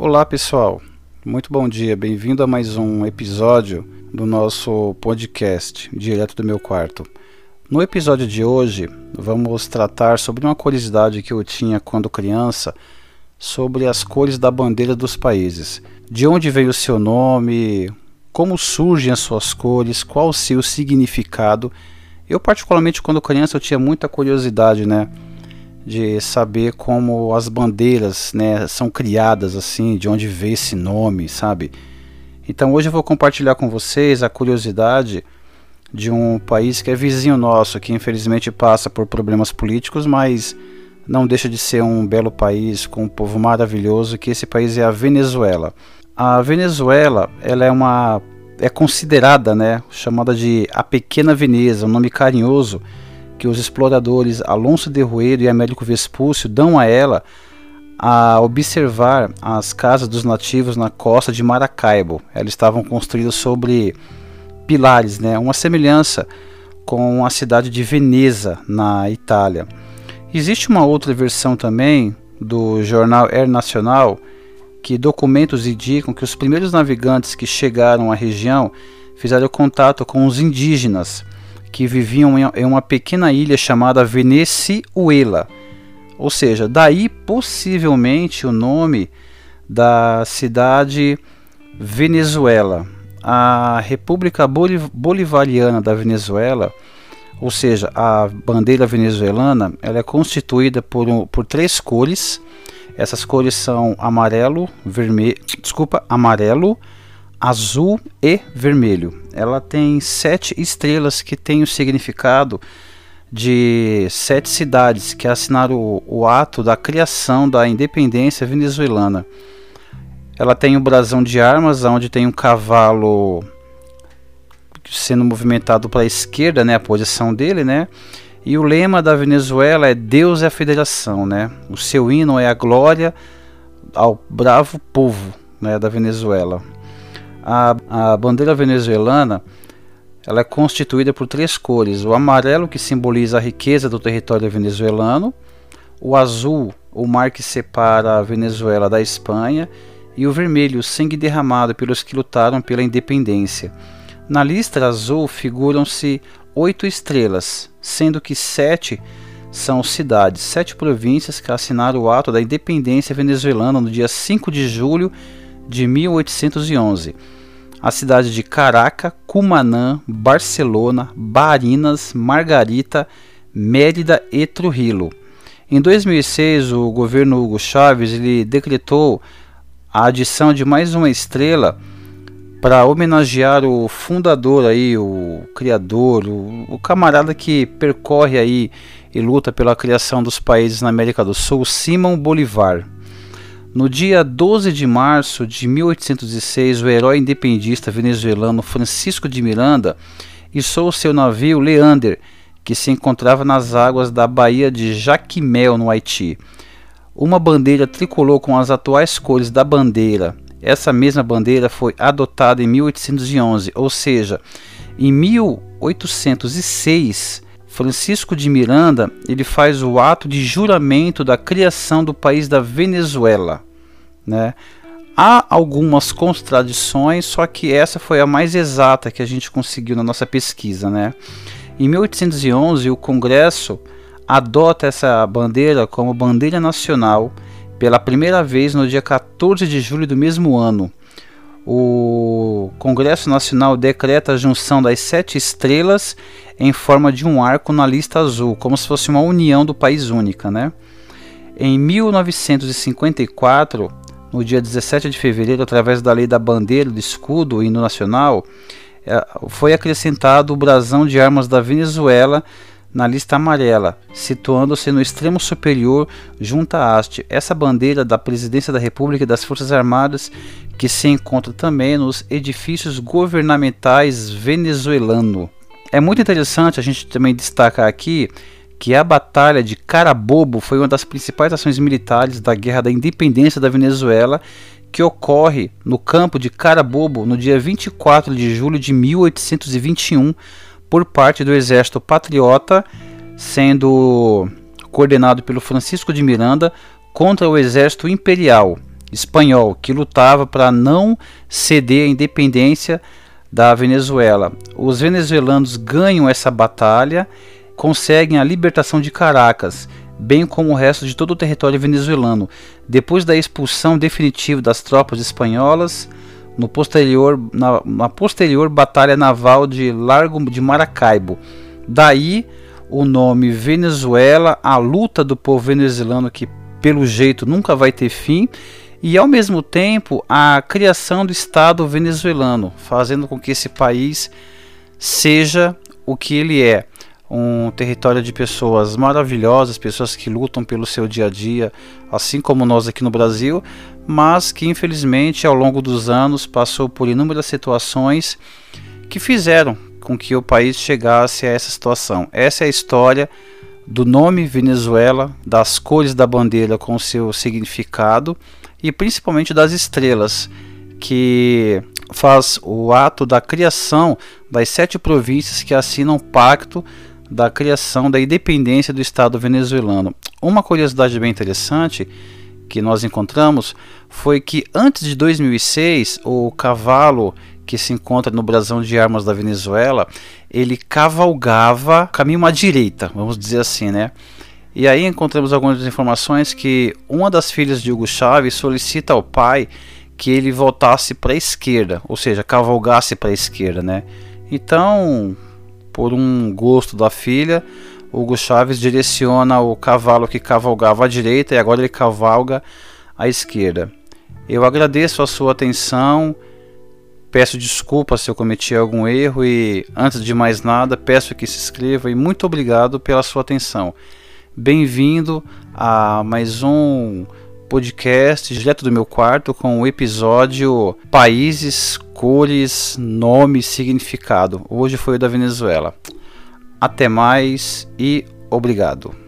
Olá pessoal, muito bom dia, bem-vindo a mais um episódio do nosso podcast Direto do Meu Quarto. No episódio de hoje vamos tratar sobre uma curiosidade que eu tinha quando criança sobre as cores da bandeira dos países. De onde veio o seu nome, como surgem as suas cores, qual o seu significado. Eu particularmente quando criança eu tinha muita curiosidade, de saber como as bandeiras, são criadas assim, de onde veio esse nome, sabe? Então hoje eu vou compartilhar com vocês a curiosidade de um país que é vizinho nosso, que infelizmente passa por problemas políticos, mas não deixa de ser um belo país com um povo maravilhoso, que esse país é a Venezuela. A Venezuela, ela é considerada, chamada de a Pequena Veneza, um nome carinhoso que os exploradores Alonso de Rueiro e Américo Vespúcio dão a ela a observar as casas dos nativos na costa de Maracaibo. Elas estavam construídas sobre pilares, uma semelhança com a cidade de Veneza, na Itália. Existe uma outra versão também do jornal El Nacional, que documentos indicam que os primeiros navegantes que chegaram à região fizeram contato com os indígenas, que viviam em uma pequena ilha chamada Venezuela, ou seja, daí possivelmente o nome da cidade Venezuela. A República Bolivariana da Venezuela, ou seja, a bandeira venezuelana, ela é constituída por três cores. Essas cores são amarelo, azul e vermelho. Ela tem 7 estrelas que têm o significado de 7 cidades que assinaram o ato da criação da independência venezuelana. Ela tem o brasão de armas, onde tem um cavalo sendo movimentado para a esquerda, a posição dele, E o lema da Venezuela é Deus é a Federação, O seu hino é a glória ao bravo povo, da Venezuela. A bandeira venezuelana, ela é constituída por 3 cores: o amarelo, que simboliza a riqueza do território venezuelano; o azul, o mar que separa a Venezuela da Espanha; e o vermelho, o sangue derramado pelos que lutaram pela independência. Na lista azul figuram-se 8 estrelas, sendo que 7 são cidades, 7 províncias que assinaram o ato da independência venezuelana no dia 5 de julho de 1811. A cidade de Caracas, Cumaná, Barcelona, Barinas, Margarita, Mérida e Trujillo. Em 2006, o governo Hugo Chávez ele decretou a adição de mais uma estrela para homenagear o fundador, o criador, o camarada que percorre e luta pela criação dos países na América do Sul, Simão Bolívar. No dia 12 de março de 1806, o herói independentista venezuelano Francisco de Miranda içou seu navio Leander, que se encontrava nas águas da Baía de Jaquimel, no Haiti, uma bandeira tricolor com as atuais cores da bandeira. Essa mesma bandeira foi adotada em 1811, ou seja, em 1806, Francisco de Miranda ele faz o ato de juramento da criação do país da Venezuela. Há algumas contradições, só que essa foi a mais exata que a gente conseguiu na nossa pesquisa. Em 1811, o Congresso adota essa bandeira como bandeira nacional pela primeira vez no dia 14 de julho do mesmo ano. O Congresso Nacional decreta a junção das 7 estrelas em forma de um arco na lista azul, como se fosse uma união do país única. Em 1954, no dia 17 de fevereiro, através da lei da bandeira, do escudo e hino nacional, foi acrescentado o brasão de armas da Venezuela na lista amarela, situando-se no extremo superior junto à haste. Essa bandeira da Presidência da República e das Forças Armadas, que se encontra também nos edifícios governamentais venezuelanos. É muito interessante a gente também destacar aqui que a Batalha de Carabobo foi uma das principais ações militares da Guerra da Independência da Venezuela, que ocorre no campo de Carabobo no dia 24 de julho de 1821, por parte do Exército Patriota, sendo coordenado pelo Francisco de Miranda, contra o Exército Imperial. espanhol que lutava para não ceder a independência da Venezuela. Os venezuelanos ganham essa batalha, conseguem a libertação de Caracas, bem como o resto de todo o território venezuelano, depois da expulsão definitiva das tropas espanholas na posterior Batalha Naval de Largo de Maracaibo. Daí o nome Venezuela, a luta do povo venezuelano que pelo jeito nunca vai ter fim, e ao mesmo tempo a criação do Estado venezuelano, fazendo com que esse país seja o que ele é. Um território de pessoas maravilhosas, pessoas que lutam pelo seu dia a dia, assim como nós aqui no Brasil, mas que infelizmente ao longo dos anos passou por inúmeras situações que fizeram com que o país chegasse a essa situação. Essa é a história do nome Venezuela, das cores da bandeira com seu significado e principalmente das estrelas, que faz o ato da criação das 7 províncias que assinam o pacto da criação da independência do Estado venezuelano. Uma curiosidade bem interessante que nós encontramos foi que antes de 2006, o cavalo que se encontra no brasão de armas da Venezuela, ele cavalgava caminho à direita, vamos dizer assim, né? E aí encontramos algumas informações que uma das filhas de Hugo Chávez solicita ao pai que ele voltasse para a esquerda, ou seja, cavalgasse para a esquerda, né? Então, por um gosto da filha, Hugo Chávez direciona o cavalo que cavalgava à direita e agora ele cavalga à esquerda. Eu agradeço a sua atenção, peço desculpas se eu cometi algum erro e, antes de mais nada, peço que se inscreva e muito obrigado pela sua atenção. Bem-vindo a mais um podcast direto do meu quarto com o episódio Países, Cores, Nome, Significado. Hoje foi o da Venezuela. Até mais e obrigado.